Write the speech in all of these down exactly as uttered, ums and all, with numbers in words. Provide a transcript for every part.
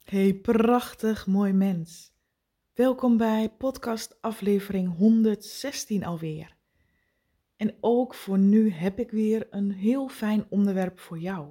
Hey, prachtig mooi mens. Welkom bij podcast aflevering honderdzestien alweer. En ook voor nu heb ik weer een heel fijn onderwerp voor jou.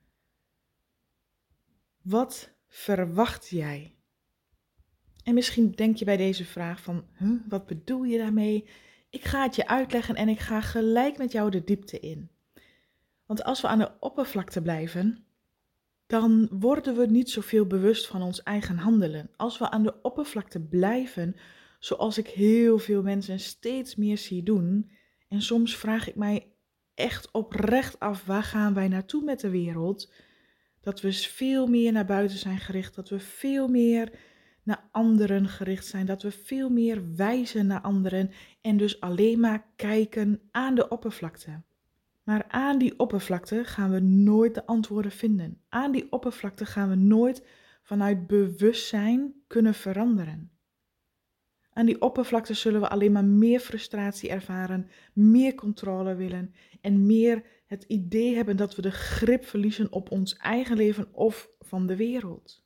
Wat verwacht jij? En misschien denk je bij deze vraag van, huh, wat bedoel je daarmee? Ik ga het je uitleggen en ik ga gelijk met jou de diepte in. Want als we aan de oppervlakte blijven, dan worden we niet zoveel bewust van ons eigen handelen. Als we aan de oppervlakte blijven, zoals ik heel veel mensen steeds meer zie doen, en soms vraag ik mij echt oprecht af, waar gaan wij naartoe met de wereld? Dat we veel meer naar buiten zijn gericht, dat we veel meer naar anderen gericht zijn, dat we veel meer wijzen naar anderen en dus alleen maar kijken aan de oppervlakte. Maar aan die oppervlakte gaan we nooit de antwoorden vinden. Aan die oppervlakte gaan we nooit vanuit bewustzijn kunnen veranderen. Aan die oppervlakte zullen we alleen maar meer frustratie ervaren, meer controle willen en meer het idee hebben dat we de grip verliezen op ons eigen leven of van de wereld.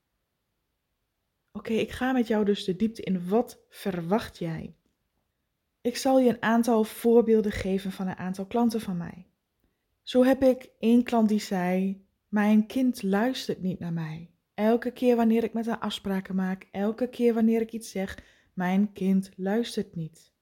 Oké, ik ga met jou dus de diepte in. Wat verwacht jij? Ik zal je een aantal voorbeelden geven van een aantal klanten van mij. Zo heb ik één klant die zei, mijn kind luistert niet naar mij. Elke keer wanneer ik met haar afspraken maak, elke keer wanneer ik iets zeg, mijn kind luistert niet.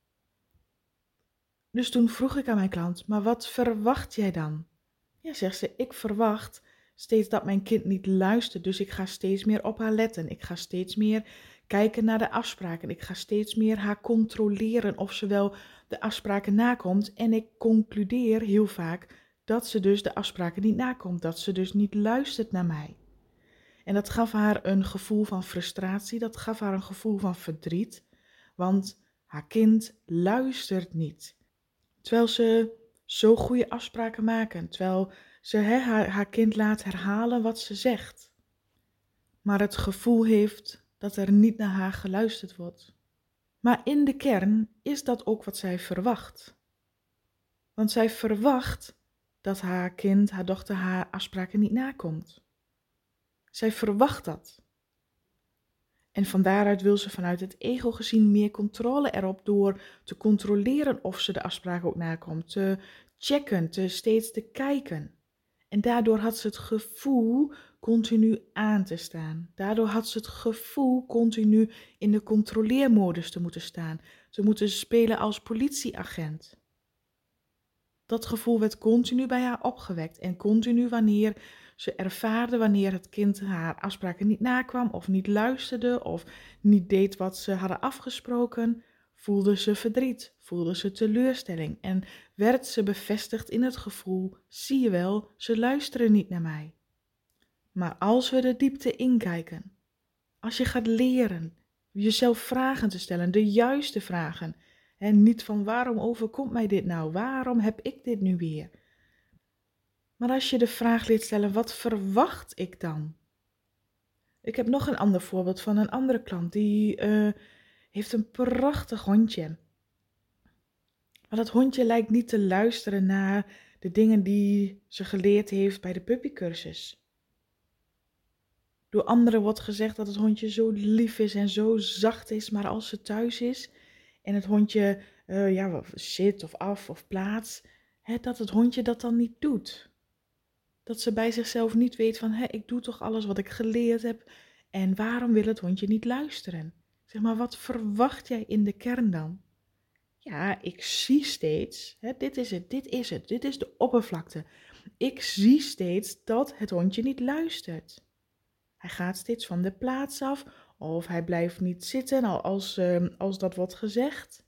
Dus toen vroeg ik aan mijn klant, maar wat verwacht jij dan? Ja, zegt ze, ik verwacht steeds dat mijn kind niet luistert, dus ik ga steeds meer op haar letten. Ik ga steeds meer kijken naar de afspraken. Ik ga steeds meer haar controleren of ze wel de afspraken nakomt. En ik concludeer heel vaak dat ze dus de afspraken niet nakomt, dat ze dus niet luistert naar mij. En dat gaf haar een gevoel van frustratie, dat gaf haar een gevoel van verdriet, want haar kind luistert niet. Terwijl ze zo goede afspraken maken, terwijl ze he, haar, haar kind laat herhalen wat ze zegt. Maar het gevoel heeft dat er niet naar haar geluisterd wordt. Maar in de kern is dat ook wat zij verwacht. Want zij verwacht dat haar kind, haar dochter, haar afspraken niet nakomt. Zij verwacht dat. En van daaruit wil ze vanuit het ego gezien meer controle erop door te controleren of ze de afspraken ook nakomt, te checken, te steeds te kijken. En daardoor had ze het gevoel continu aan te staan. Daardoor had ze het gevoel continu in de controleermodus te moeten staan. Te moeten spelen als politieagent. Dat gevoel werd continu bij haar opgewekt en continu wanneer ze ervaarde wanneer het kind haar afspraken niet nakwam of niet luisterde of niet deed wat ze hadden afgesproken, voelde ze verdriet, voelde ze teleurstelling en werd ze bevestigd in het gevoel, zie je wel, ze luisteren niet naar mij. Maar als we de diepte inkijken, als je gaat leren jezelf vragen te stellen, de juiste vragen, en niet van waarom overkomt mij dit nou, waarom heb ik dit nu weer? Maar als je de vraag leert stellen, wat verwacht ik dan? Ik heb nog een ander voorbeeld van een andere klant, die uh, heeft een prachtig hondje. Maar dat hondje lijkt niet te luisteren naar de dingen die ze geleerd heeft bij de puppycursus. Door anderen wordt gezegd dat het hondje zo lief is en zo zacht is, maar als ze thuis is en het hondje uh, ja, zit of af of plaats, hè, dat het hondje dat dan niet doet. Dat ze bij zichzelf niet weet van, hé, ik doe toch alles wat ik geleerd heb en waarom wil het hondje niet luisteren? Zeg maar, wat verwacht jij in de kern dan? Ja, ik zie steeds, hè, dit is het, dit is het, dit is de oppervlakte. Ik zie steeds dat het hondje niet luistert. Hij gaat steeds van de plaats af of hij blijft niet zitten als, uh, als dat wordt gezegd.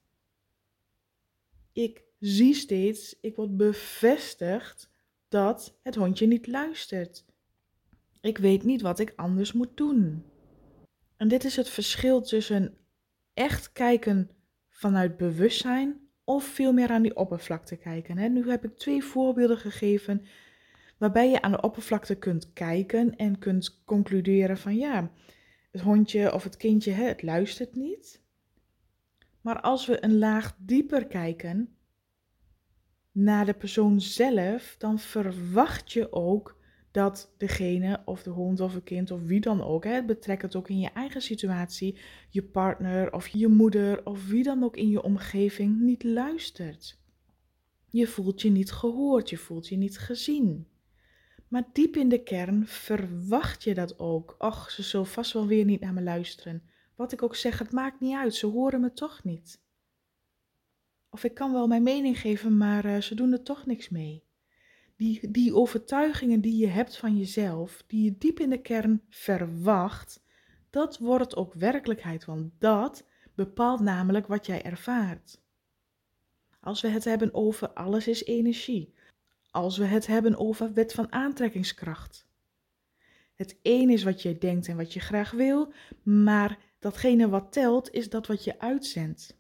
Ik zie steeds, ik word bevestigd dat het hondje niet luistert. Ik weet niet wat ik anders moet doen. En dit is het verschil tussen echt kijken vanuit bewustzijn of veel meer aan die oppervlakte kijken. Hè? Nu heb ik twee voorbeelden gegeven waarbij je aan de oppervlakte kunt kijken en kunt concluderen van ja, het hondje of het kindje, hè, het luistert niet. Maar als we een laag dieper kijken naar de persoon zelf, dan verwacht je ook dat degene of de hond of een kind of wie dan ook, hè, betrek het ook in je eigen situatie, je partner of je moeder of wie dan ook in je omgeving niet luistert. Je voelt je niet gehoord, je voelt je niet gezien. Maar diep in de kern verwacht je dat ook. Och, ze zullen vast wel weer niet naar me luisteren. Wat ik ook zeg, het maakt niet uit, ze horen me toch niet. Of ik kan wel mijn mening geven, maar uh, ze doen er toch niks mee. Die, die overtuigingen die je hebt van jezelf, die je diep in de kern verwacht, dat wordt ook werkelijkheid, want dat bepaalt namelijk wat jij ervaart. Als we het hebben over alles is energie, als we het hebben over wet van aantrekkingskracht. Het een is wat je denkt en wat je graag wil, maar datgene wat telt is dat wat je uitzendt.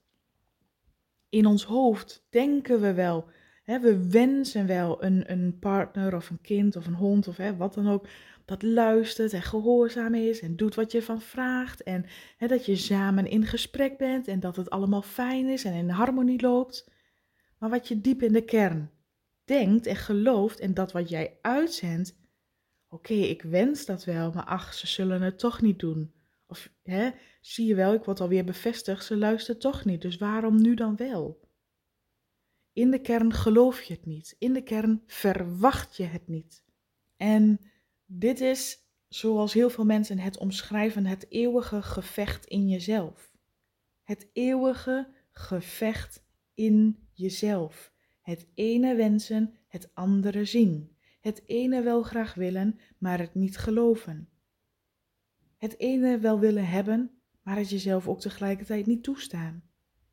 In ons hoofd denken we wel, hè, we wensen wel een, een partner of een kind of een hond of hè, wat dan ook, dat luistert en gehoorzaam is en doet wat je van vraagt. En hè, dat je samen in gesprek bent en dat het allemaal fijn is en in harmonie loopt. Maar wat je diep in de kern denkt en gelooft en dat wat jij uitzendt, oké, okay, ik wens dat wel, maar ach, ze zullen het toch niet doen. Of, hè, zie je wel, ik word alweer bevestigd, ze luistert toch niet, dus waarom nu dan wel? In de kern geloof je het niet, in de kern verwacht je het niet. En dit is, zoals heel veel mensen het omschrijven, het eeuwige gevecht in jezelf. Het eeuwige gevecht in jezelf. Het ene wensen, het andere zien. Het ene wel graag willen, maar het niet geloven. Het ene wel willen hebben, maar het jezelf ook tegelijkertijd niet toestaan.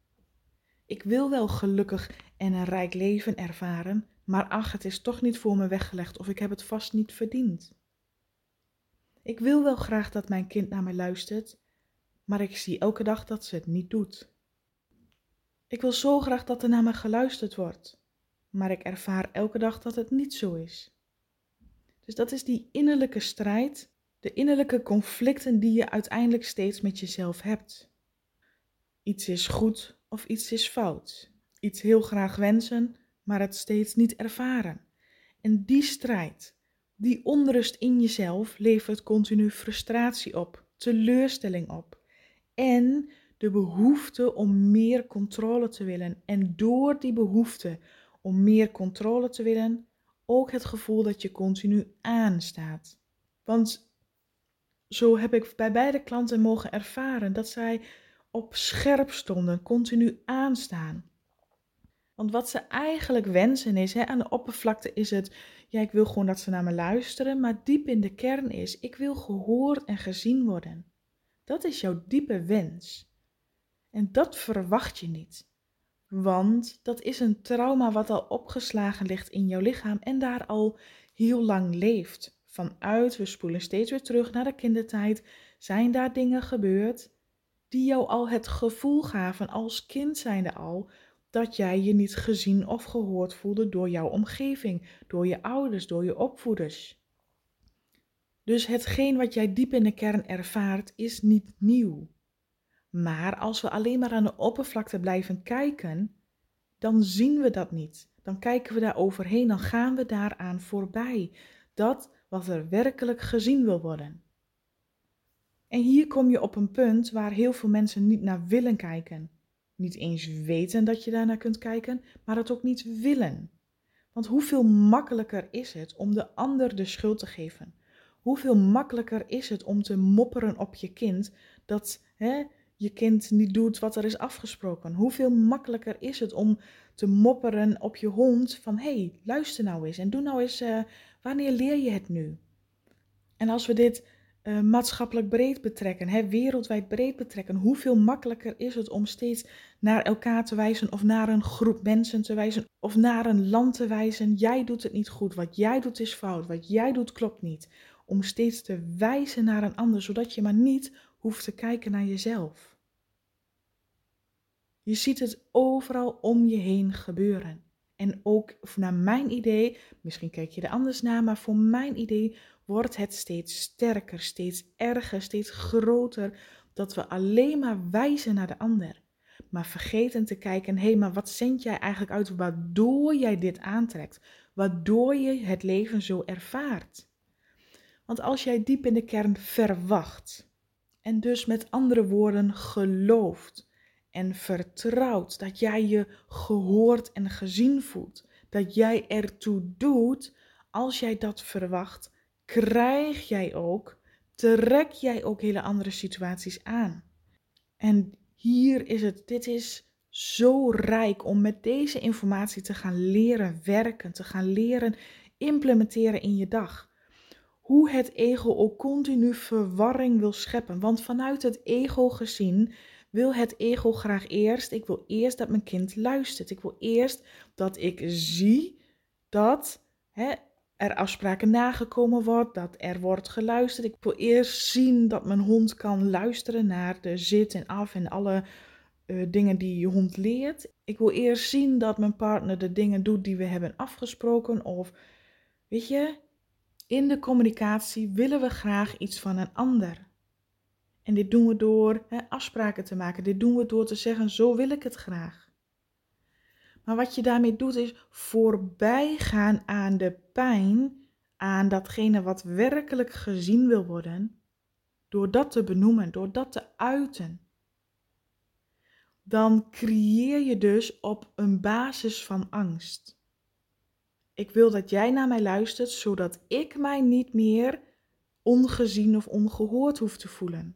Ik wil wel gelukkig en een rijk leven ervaren, maar ach, het is toch niet voor me weggelegd of ik heb het vast niet verdiend. Ik wil wel graag dat mijn kind naar mij luistert, maar ik zie elke dag dat ze het niet doet. Ik wil zo graag dat er naar me geluisterd wordt, maar ik ervaar elke dag dat het niet zo is. Dus dat is die innerlijke strijd, de innerlijke conflicten die je uiteindelijk steeds met jezelf hebt. Iets is goed of iets is fout. Iets heel graag wensen, maar het steeds niet ervaren. En die strijd, die onrust in jezelf levert continu frustratie op, teleurstelling op. En de behoefte om meer controle te willen. En door die behoefte om meer controle te willen, ook het gevoel dat je continu aanstaat. Want zo heb ik bij beide klanten mogen ervaren dat zij op scherp stonden, continu aanstaan. Want wat ze eigenlijk wensen is, hè, aan de oppervlakte is het, ja, ik wil gewoon dat ze naar me luisteren, maar diep in de kern is, ik wil gehoord en gezien worden. Dat is jouw diepe wens. En dat verwacht je niet. Want dat is een trauma wat al opgeslagen ligt in jouw lichaam en daar al heel lang leeft. Vanuit, we spoelen steeds weer terug naar de kindertijd, zijn daar dingen gebeurd die jou al het gevoel gaven als kind zijnde al, dat jij je niet gezien of gehoord voelde door jouw omgeving, door je ouders, door je opvoeders. Dus hetgeen wat jij diep in de kern ervaart is niet nieuw. Maar als we alleen maar aan de oppervlakte blijven kijken, dan zien we dat niet. Dan kijken we daar overheen, dan gaan we daaraan voorbij. Dat wat er werkelijk gezien wil worden. En hier kom je op een punt waar heel veel mensen niet naar willen kijken. Niet eens weten dat je daarnaar kunt kijken, maar het ook niet willen. Want hoeveel makkelijker is het om de ander de schuld te geven? Hoeveel makkelijker is het om te mopperen op je kind dat hè, je kind niet doet wat er is afgesproken? Hoeveel makkelijker is het om te mopperen op je hond van hé, hey, luister nou eens en doe nou eens, uh, wanneer leer je het nu? En als we dit uh, maatschappelijk breed betrekken, hè, wereldwijd breed betrekken, hoeveel makkelijker is het om steeds naar elkaar te wijzen of naar een groep mensen te wijzen of naar een land te wijzen. Jij doet het niet goed, wat jij doet is fout, wat jij doet klopt niet. Om steeds te wijzen naar een ander, zodat je maar niet hoeft te kijken naar jezelf. Je ziet het overal om je heen gebeuren. En ook naar mijn idee, misschien kijk je er anders naar, maar voor mijn idee wordt het steeds sterker, steeds erger, steeds groter, dat we alleen maar wijzen naar de ander. Maar vergeten te kijken, hé, hey, maar wat zend jij eigenlijk uit, waardoor jij dit aantrekt? Waardoor je het leven zo ervaart? Want als jij diep in de kern verwacht en dus met andere woorden gelooft en vertrouwt dat jij je gehoord en gezien voelt, dat jij ertoe doet, als jij dat verwacht, krijg jij ook, trek jij ook hele andere situaties aan. En hier is het, dit is zo rijk om met deze informatie te gaan leren werken, te gaan leren implementeren in je dag. Hoe het ego ook continu verwarring wil scheppen. Want vanuit het ego gezien wil het ego graag eerst, ik wil eerst dat mijn kind luistert. Ik wil eerst dat ik zie dat hè, er afspraken nagekomen wordt, dat er wordt geluisterd. Ik wil eerst zien dat mijn hond kan luisteren naar de zit en af en alle uh, dingen die je hond leert. Ik wil eerst zien dat mijn partner de dingen doet die we hebben afgesproken. Of weet je, in de communicatie willen we graag iets van een ander. En dit doen we door hè, afspraken te maken. Dit doen we door te zeggen, zo wil ik het graag. Maar wat je daarmee doet is voorbij gaan aan de pijn, aan datgene wat werkelijk gezien wil worden, door dat te benoemen, door dat te uiten. Dan creëer je dus op een basis van angst. Ik wil dat jij naar mij luistert, zodat ik mij niet meer ongezien of ongehoord hoef te voelen.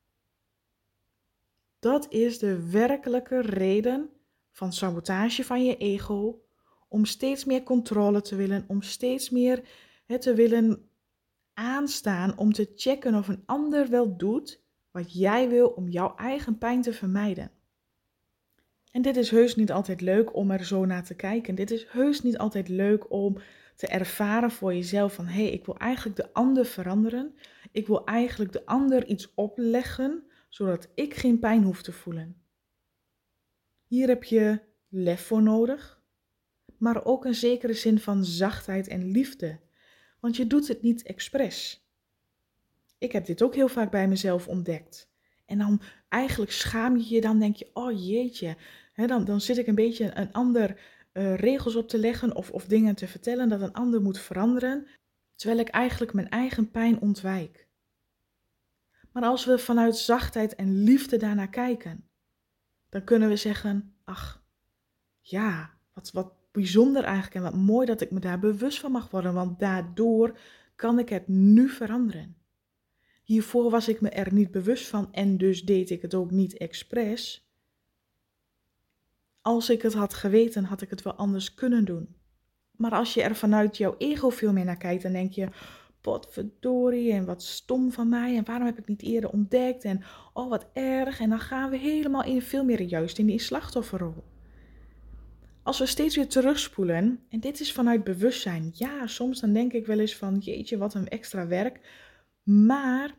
Dat is de werkelijke reden van sabotage van je ego, om steeds meer controle te willen, om steeds meer het te willen aanstaan, om te checken of een ander wel doet wat jij wil om jouw eigen pijn te vermijden. En dit is heus niet altijd leuk om er zo naar te kijken. Dit is heus niet altijd leuk om te ervaren voor jezelf van hé, hey, ik wil eigenlijk de ander veranderen. Ik wil eigenlijk de ander iets opleggen, zodat ik geen pijn hoef te voelen. Hier heb je lef voor nodig, maar ook een zekere zin van zachtheid en liefde. Want je doet het niet expres. Ik heb dit ook heel vaak bij mezelf ontdekt. En dan eigenlijk schaam je je, dan denk je, oh jeetje. He, dan, dan zit ik een beetje een ander uh, regels op te leggen of, of dingen te vertellen dat een ander moet veranderen. Terwijl ik eigenlijk mijn eigen pijn ontwijk. Maar als we vanuit zachtheid en liefde daarnaar kijken, dan kunnen we zeggen, ach, ja, wat, wat bijzonder eigenlijk en wat mooi dat ik me daar bewust van mag worden, want daardoor kan ik het nu veranderen. Hiervoor was ik me er niet bewust van en dus deed ik het ook niet expres. Als ik het had geweten, had ik het wel anders kunnen doen. Maar als je er vanuit jouw ego veel meer naar kijkt, dan denk je, potverdorie en wat stom van mij en waarom heb ik niet eerder ontdekt en oh wat erg. En dan gaan we helemaal in veel meer juist in die slachtofferrol. Als we steeds weer terugspoelen, en dit is vanuit bewustzijn, ja, soms dan denk ik wel eens van, jeetje, wat een extra werk. Maar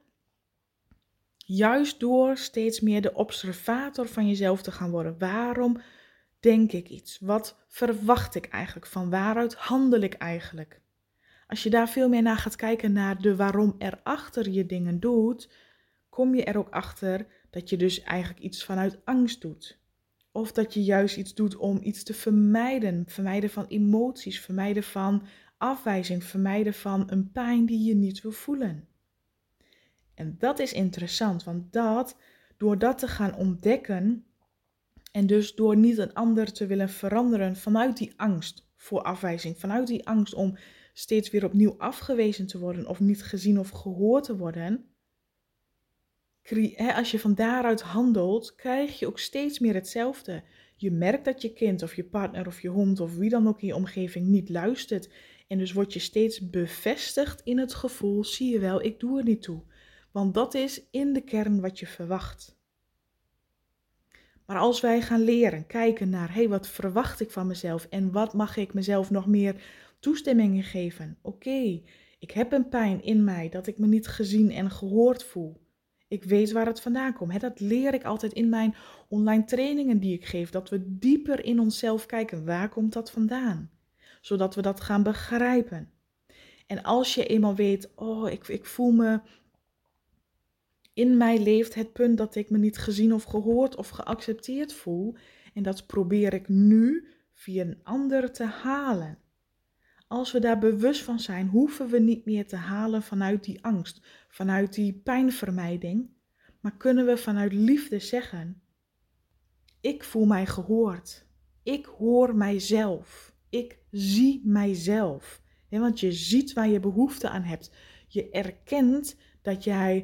juist door steeds meer de observator van jezelf te gaan worden. Waarom denk ik iets? Wat verwacht ik eigenlijk? Van waaruit handel ik eigenlijk? Als je daar veel meer naar gaat kijken naar de waarom erachter je dingen doet, kom je er ook achter dat je dus eigenlijk iets vanuit angst doet. Of dat je juist iets doet om iets te vermijden. Vermijden van emoties, vermijden van afwijzing, vermijden van een pijn die je niet wil voelen. En dat is interessant, want dat, door dat te gaan ontdekken en dus door niet een ander te willen veranderen vanuit die angst voor afwijzing, vanuit die angst om steeds weer opnieuw afgewezen te worden of niet gezien of gehoord te worden, als je van daaruit handelt, krijg je ook steeds meer hetzelfde. Je merkt dat je kind of je partner of je hond of wie dan ook in je omgeving niet luistert. En dus word je steeds bevestigd in het gevoel, zie je wel, ik doe er niet toe. Want dat is in de kern wat je verwacht. Maar als wij gaan leren, kijken naar, hé, hey, wat verwacht ik van mezelf en wat mag ik mezelf nog meer toestemmingen geven? Oké, okay, ik heb een pijn in mij dat ik me niet gezien en gehoord voel. Ik weet waar het vandaan komt. He, dat leer ik altijd in mijn online trainingen die ik geef. Dat we dieper in onszelf kijken. Waar komt dat vandaan? Zodat we dat gaan begrijpen. En als je eenmaal weet, oh, ik, ik voel me... In mij leeft het punt dat ik me niet gezien of gehoord of geaccepteerd voel. En dat probeer ik nu via een ander te halen. Als we daar bewust van zijn, hoeven we niet meer te halen vanuit die angst, vanuit die pijnvermijding, maar kunnen we vanuit liefde zeggen: ik voel mij gehoord. Ik hoor mijzelf. Ik zie mijzelf. Ja, want je ziet waar je behoefte aan hebt. Je erkent dat jij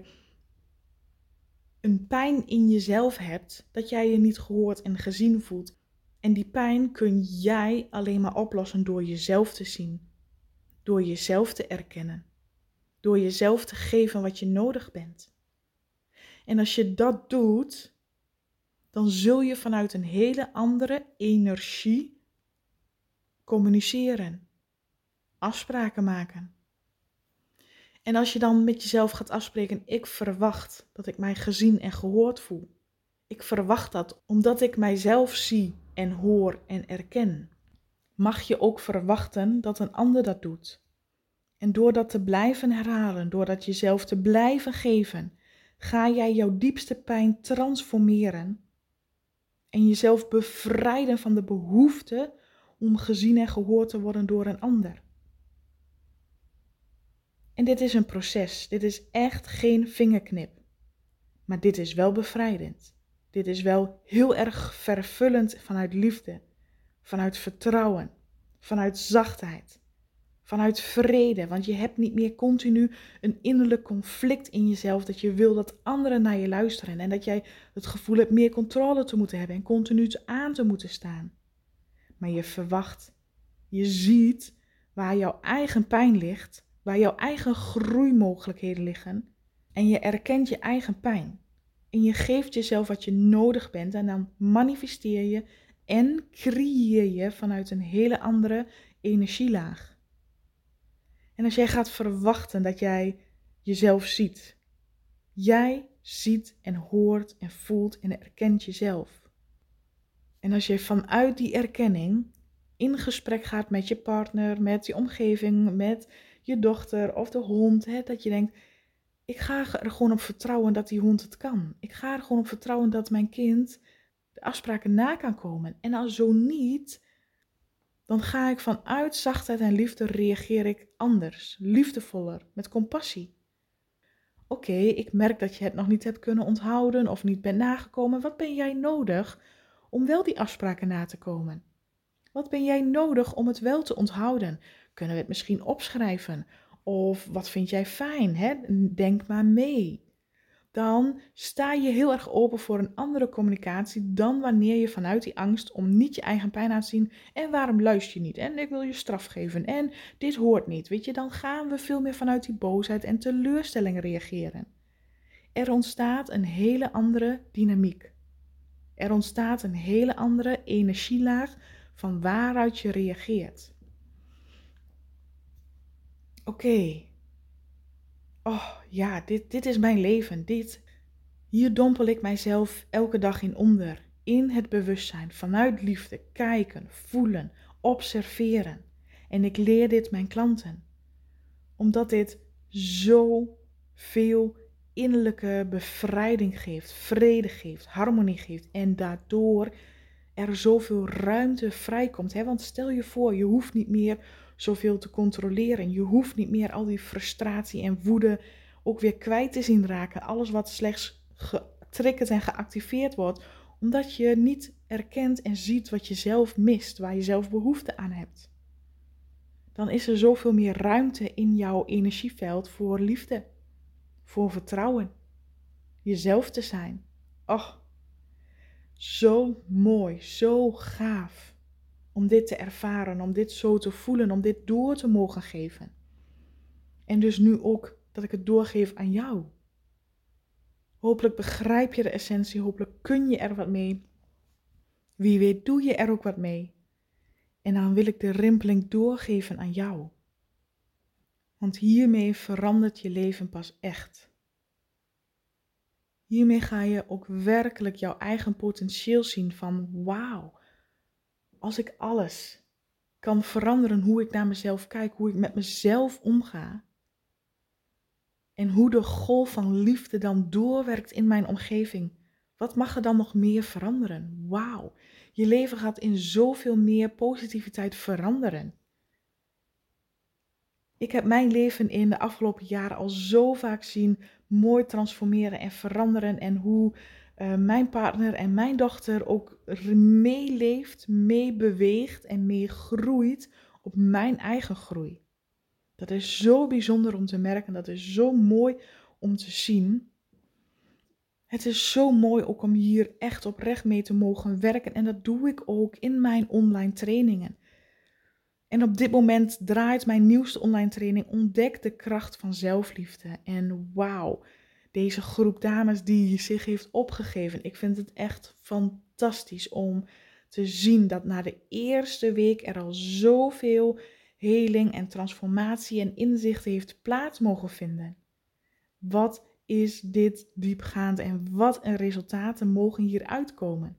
een pijn in jezelf hebt, dat jij je niet gehoord en gezien voelt. En die pijn kun jij alleen maar oplossen door jezelf te zien. Door jezelf te erkennen. Door jezelf te geven wat je nodig bent. En als je dat doet, dan zul je vanuit een hele andere energie communiceren. Afspraken maken. En als je dan met jezelf gaat afspreken: ik verwacht dat ik mij gezien en gehoord voel. Ik verwacht dat omdat ik mijzelf zie en hoor en erken. Mag je ook verwachten dat een ander dat doet. En door dat te blijven herhalen, door dat jezelf te blijven geven, ga jij jouw diepste pijn transformeren en jezelf bevrijden van de behoefte om gezien en gehoord te worden door een ander. En dit is een proces, dit is echt geen vingerknip, maar dit is wel bevrijdend. Dit is wel heel erg vervullend vanuit liefde, vanuit vertrouwen, vanuit zachtheid. Vanuit vrede, want je hebt niet meer continu een innerlijk conflict in jezelf dat je wil dat anderen naar je luisteren en dat jij het gevoel hebt meer controle te moeten hebben en continu aan te moeten staan. Maar je verwacht, je ziet waar jouw eigen pijn ligt, waar jouw eigen groeimogelijkheden liggen en je erkent je eigen pijn. En je geeft jezelf wat je nodig bent en dan manifesteer je en creëer je vanuit een hele andere energielaag. En als jij gaat verwachten dat jij jezelf ziet. Jij ziet en hoort en voelt en erkent jezelf. En als je vanuit die erkenning in gesprek gaat met je partner, met je omgeving, met je dochter of de hond. Hè, dat je denkt: ik ga er gewoon op vertrouwen dat die hond het kan. Ik ga er gewoon op vertrouwen dat mijn kind de afspraken na kan komen. En als zo niet, dan ga ik vanuit zachtheid en liefde reageer ik anders, liefdevoller, met compassie. Oké, okay, ik merk dat je het nog niet hebt kunnen onthouden of niet bent nagekomen. Wat ben jij nodig om wel die afspraken na te komen? Wat ben jij nodig om het wel te onthouden? Kunnen we het misschien opschrijven? Of wat vind jij fijn? Hè? Denk maar mee. Dan sta je heel erg open voor een andere communicatie dan wanneer je vanuit die angst om niet je eigen pijn aan te zien en waarom luister je niet en ik wil je straf geven en dit hoort niet, weet je, dan gaan we veel meer vanuit die boosheid en teleurstelling reageren. Er ontstaat een hele andere dynamiek. Er ontstaat een hele andere energielaag van waaruit je reageert. Oké. Okay. Oh ja, dit, dit is mijn leven, dit. Hier dompel ik mijzelf elke dag in onder, in het bewustzijn, vanuit liefde, kijken, voelen, observeren. En ik leer dit mijn klanten, omdat dit zo veel innerlijke bevrijding geeft, vrede geeft, harmonie geeft en daardoor er zoveel ruimte vrijkomt. Hè? Want stel je voor, je hoeft niet meer zoveel te controleren, je hoeft niet meer al die frustratie en woede ook weer kwijt te zien raken, alles wat slechts getriggerd en geactiveerd wordt, omdat je niet erkent en ziet wat je zelf mist, waar je zelf behoefte aan hebt. Dan is er zoveel meer ruimte in jouw energieveld voor liefde, voor vertrouwen, jezelf te zijn. Och, zo mooi, zo gaaf om dit te ervaren, om dit zo te voelen, om dit door te mogen geven. En dus nu ook dat ik het doorgeef aan jou. Hopelijk begrijp je de essentie, hopelijk kun je er wat mee. Wie weet doe je er ook wat mee. En dan wil ik de rimpeling doorgeven aan jou. Want hiermee verandert je leven pas echt. Hiermee ga je ook werkelijk jouw eigen potentieel zien van wauw. Als ik alles kan veranderen, hoe ik naar mezelf kijk, hoe ik met mezelf omga. En hoe de golf van liefde dan doorwerkt in mijn omgeving. Wat mag er dan nog meer veranderen? Wauw, je leven gaat in zoveel meer positiviteit veranderen. Ik heb mijn leven in de afgelopen jaren al zo vaak zien mooi transformeren en veranderen. En hoe uh, mijn partner en mijn dochter ook meeleeft, meebeweegt en meegroeit op mijn eigen groei. Dat is zo bijzonder om te merken. Dat is zo mooi om te zien. Het is zo mooi ook om hier echt oprecht mee te mogen werken. En dat doe ik ook in mijn online trainingen. En op dit moment draait mijn nieuwste online training Ontdek de kracht van zelfliefde. En wauw, deze groep dames die zich heeft opgegeven. Ik vind het echt fantastisch om te zien dat na de eerste week er al zoveel heling en transformatie en inzicht heeft plaats mogen vinden. Wat is dit diepgaand en wat een resultaten mogen hier uitkomen.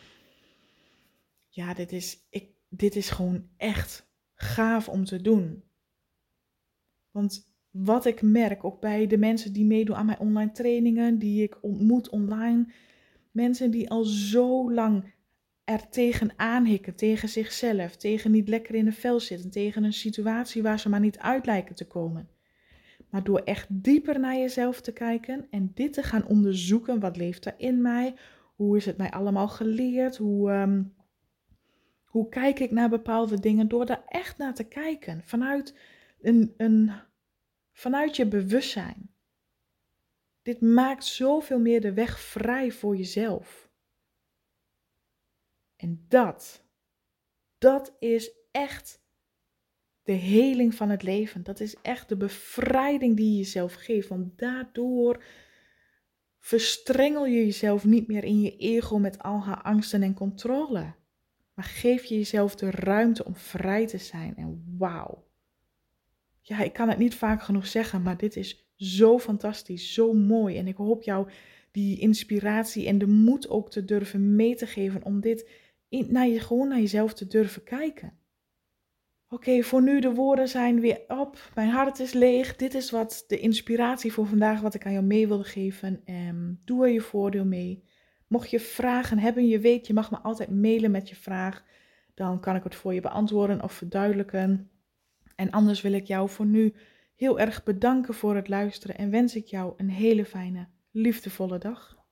Ja, dit is, ik, dit is gewoon echt gaaf om te doen. Want wat ik merk, ook bij de mensen die meedoen aan mijn online trainingen, die ik ontmoet online, mensen die al zo lang er tegenaan hikken, tegen zichzelf, tegen niet lekker in de vel zitten, tegen een situatie waar ze maar niet uit lijken te komen. Maar door echt dieper naar jezelf te kijken en dit te gaan onderzoeken, wat leeft er in mij, hoe is het mij allemaal geleerd, hoe... Um, Hoe kijk ik naar bepaalde dingen? Door daar echt naar te kijken. Vanuit, een, een, vanuit je bewustzijn. Dit maakt zoveel meer de weg vrij voor jezelf. En dat, dat is echt de heling van het leven. Dat is echt de bevrijding die je jezelf geeft. Want daardoor verstrengel je jezelf niet meer in je ego met al haar angsten en controle. Maar geef je jezelf de ruimte om vrij te zijn. En wauw. Ja, ik kan het niet vaak genoeg zeggen, maar dit is zo fantastisch, zo mooi. En ik hoop jou die inspiratie en de moed ook te durven mee te geven om dit in, naar je, gewoon naar jezelf te durven kijken. Oké, okay, voor nu de woorden zijn weer op. Mijn hart is leeg. Dit is wat de inspiratie voor vandaag wat ik aan jou mee wilde geven. Um, doe er je voordeel mee. Mocht je vragen hebben, je weet, je mag me altijd mailen met je vraag. Dan kan ik het voor je beantwoorden of verduidelijken. En anders wil ik jou voor nu heel erg bedanken voor het luisteren en wens ik jou een hele fijne, liefdevolle dag.